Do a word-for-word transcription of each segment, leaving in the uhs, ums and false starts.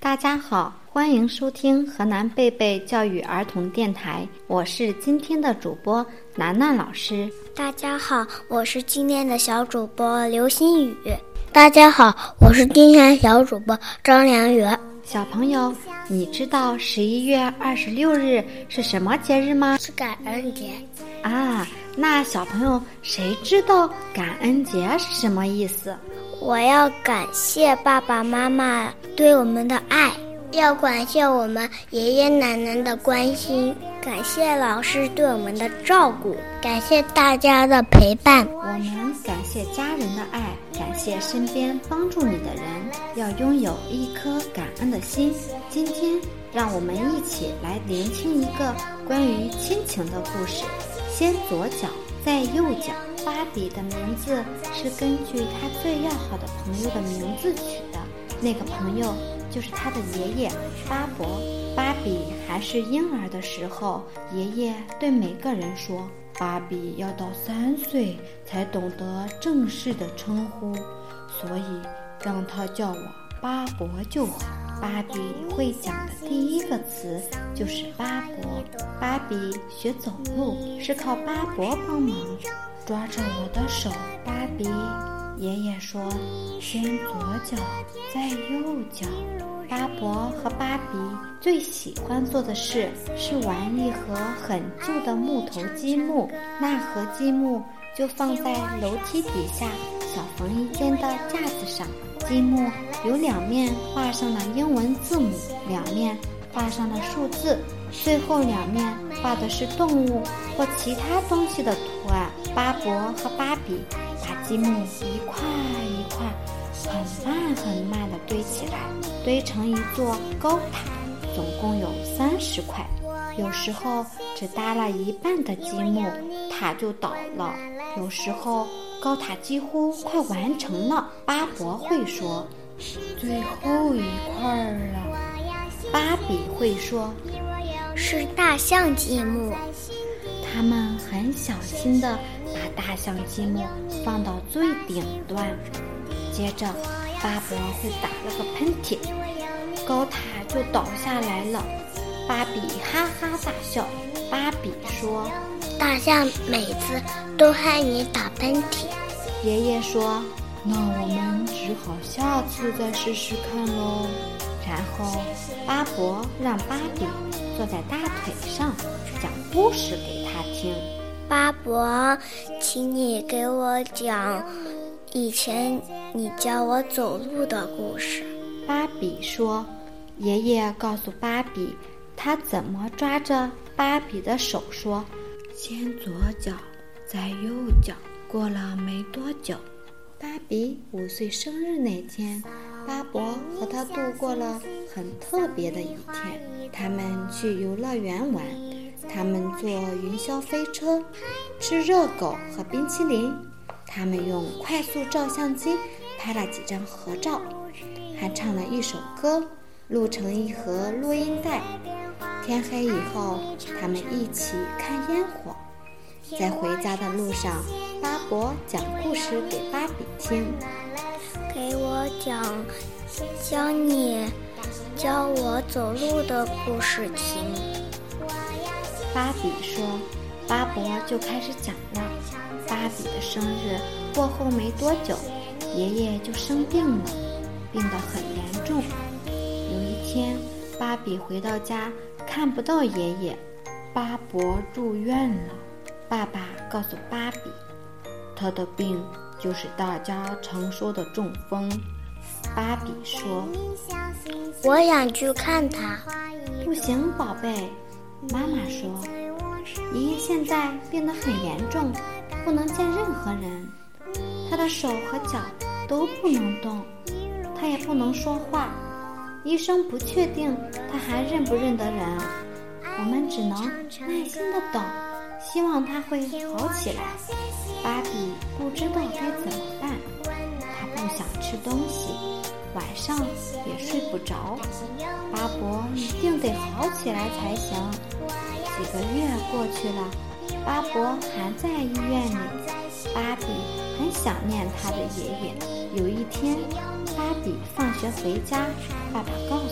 大家好，欢迎收听河南贝贝教育儿童电台，我是今天的主播楠楠老师。 大家好，我是今天的小主播刘新宇。大家好，我是今天的小主播张良宇。 小朋友，你知道十一月二十六日是什么节日吗？ 是感恩节啊。那小朋友，谁知道感恩节是什么意思？ 我要感谢爸爸妈妈对我们的爱，要感谢我们爷爷奶奶的关心，感谢老师对我们的照顾，感谢大家的陪伴。 我们感谢家人的爱，感谢身边帮助你的人，要拥有一颗感恩的心。今天让我们一起来聆听一个关于亲情的故事。先左脚再右脚，芭比的名字是根据他最要好的朋友的名字取的，那个朋友就是他的爷爷巴伯。芭比还是婴儿的时候，爷爷对每个人说，芭比要到三岁才懂得正式的称呼，所以让他叫我巴伯就好。芭比会讲的第一个词就是巴伯。芭比学走路是靠巴伯帮忙，抓着我的手，芭比。爷爷说，先左脚再右脚。巴伯和芭比最喜欢做的事是玩一盒很旧的木头积木，那盒积木就放在楼梯底下小缝衣间的架子上。积木有两面画上了英文字母，两面画上了数字，最后两面画的是动物或其他东西的图案。巴伯和芭比把积木一块一块很慢很慢地堆起来，堆成一座高塔，总共有三十块。有时候只搭了一半的积木，塔就倒了；有时候高塔几乎快完成了，巴伯会说，最后一块了。芭比会说， 是大象积木。 他们很小心地把大象积木放到最顶端，接着巴伯会打了个喷嚏，高塔就倒下来了。芭比哈哈大笑。芭比说， 大象每次都害你打喷嚏。 爷爷说，那我们只好下次再试试看喽。然后巴伯让芭比坐在大腿上讲故事给他听。 巴伯，请你给我讲以前你教我走路的故事。 芭比说。爷爷告诉芭比他怎么抓着芭比的手说，先左脚再右脚。过了没多久，芭比五岁生日那天，巴伯和他度过了很特别的一天。他们去游乐园玩，他们坐云霄飞车，吃热狗和冰淇淋，他们用快速照相机拍了几张合照，还唱了一首歌，录成一盒录音带。天黑以后，他们一起看烟火。在回家的路上，巴伯讲故事给芭比听。 给我讲教你教我走路的故事听。 芭比说，巴伯就开始讲了。芭比的生日过后没多久，爷爷就生病了，病得很严重。有一天，芭比回到家看不到爷爷，巴伯住院了。爸爸告诉芭比，他的病就是大家常说的中风。芭比说， 我想去看他。 不行，宝贝。妈妈说，爷爷现在病得很严重，不能见任何人，他的手和脚都不能动，他也不能说话，医生不确定他还认不认得人，我们只能耐心地等，希望他会好起来。芭比不知道该怎么办，他不想吃东西，晚上也睡不着。巴伯一定得好起来才行。几个月过去了，巴伯还在医院里。芭比很想念他的爷爷。有一天，芭比放学回家，爸爸告诉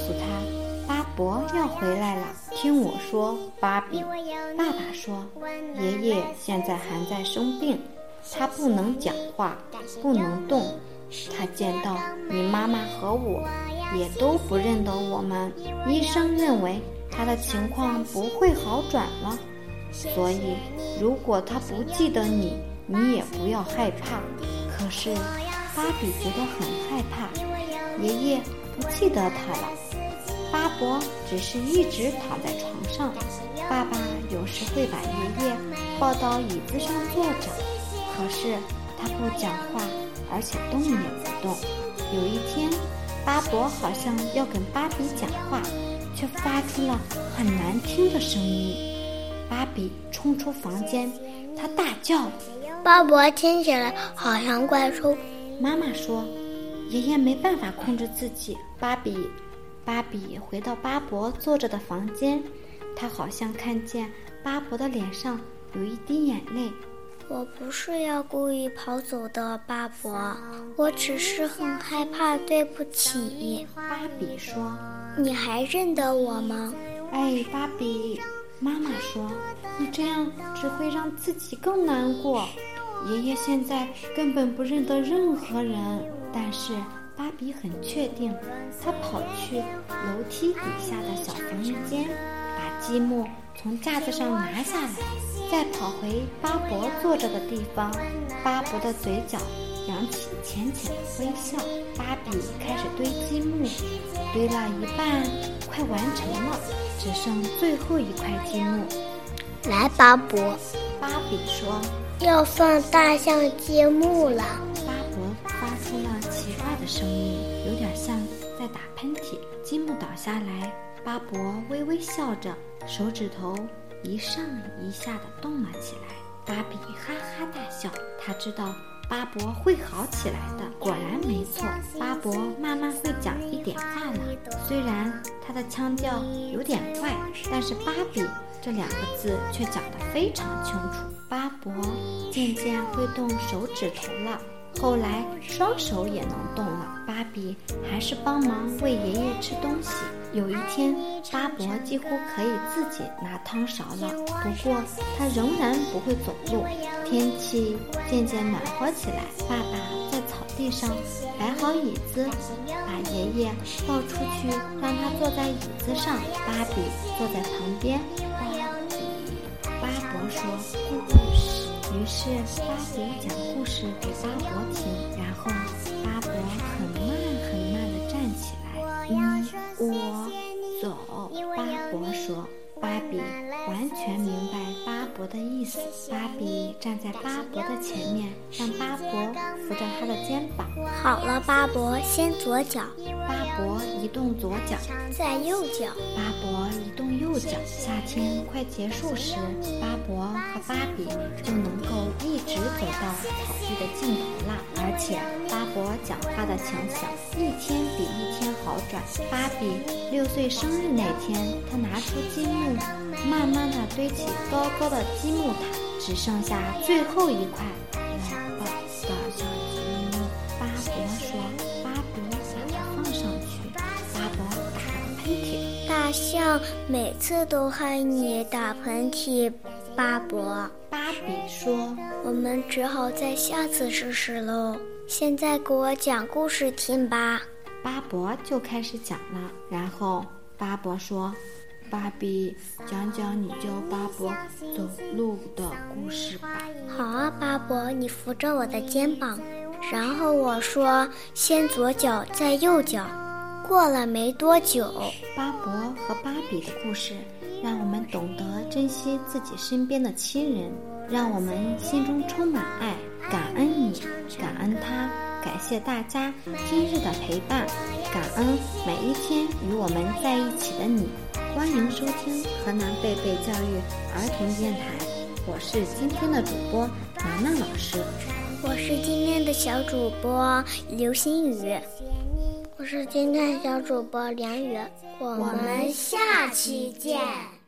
他，巴伯要回来了，听我说，芭比。爸爸说，爷爷现在还在生病，他不能讲话，不能动。他见到你妈妈和我，也都不认得我们。医生认为他的情况不会好转了，所以如果他不记得你，你也不要害怕。可是芭比觉得很害怕，爷爷不记得他了。巴伯只是一直躺在床上，爸爸有时会把爷爷抱到椅子上坐着，可是他不讲话，而且动也不动。有一天，巴伯好像要跟芭比讲话，却发出了很难听的声音。芭比冲出房间，他大叫， 巴伯听起来好像怪兽。 妈妈说，爷爷没办法控制自己。芭比芭比回到巴伯坐着的房间，他好像看见巴伯的脸上有一滴眼泪。 我不是要故意跑走的，巴伯，我只是很害怕，对不起。 芭比说， 你还认得我吗？ 哎，芭比，妈妈说，你这样只会让自己更难过。爷爷现在根本不认得任何人。但是芭比很确定，他跑去楼梯底下的小房间，把积木从架子上拿下来，再跑回巴伯坐着的地方。巴伯的嘴角扬起浅浅的微笑。芭比开始堆积木，堆了一半，快完成了，只剩最后一块积木。 来，巴伯， 芭比说， 要放大象积木了。 巴伯发出了奇怪的声音，有点像在打喷嚏。积木倒下来，巴伯微微笑着，手指头一上一下地动了起来。芭比哈哈大笑，他知道巴伯会好起来的。果然没错，巴伯慢慢会讲一点话了。虽然他的腔调有点怪，但是芭比这两个字却讲得非常清楚。巴伯渐渐会动手指头了，后来双手也能动了。芭比还是帮忙喂爷爷吃东西。有一天，巴伯几乎可以自己拿汤勺了，不过他仍然不会走路。天气渐渐暖和起来，爸爸在草地上摆好椅子，把爷爷抱出去，让他坐在椅子上。芭比坐在旁边。芭比，巴伯说故事。于是芭比讲故事给巴伯听，然后巴伯很慢很慢地站起来。嗯，我走。巴伯说。芭比完全明白巴伯的意思。芭比站在巴伯的前面，让巴伯扶着他的肩膀。 好了，巴伯，先左脚。 巴伯移动左脚， 再右脚。 巴伯移动右脚。夏天快结束时，巴伯和芭比就能够一直走到草地的尽头了。而且巴伯讲话的情形一天比一天好转。芭比六岁生日那天，他拿出积木，慢慢地堆起高高的积木塔，只剩下最后一块。来吧，大象积木。巴伯说。芭比把它放上去。巴伯打了喷嚏。 大象每次都害你打喷嚏，巴伯。 芭比说。 我们只好再下次试试喽。现在给我讲故事听吧。 巴伯就开始讲了。然后巴伯说，芭比，讲讲你教巴伯走路的故事吧。 好啊，巴伯，你扶着我的肩膀。然后我说，先左脚，再右脚。过了没多久， 巴伯和芭比的故事让我们懂得珍惜自己身边的亲人，让我们心中充满爱。感恩你，感恩他，感谢大家今日的陪伴，感恩每一天与我们在一起的你。欢迎收听河南贝贝教育儿童电台，我是今天的主播楠楠老师。 我是今天的小主播刘星宇。我是今天的小主播梁宇。我们下期见。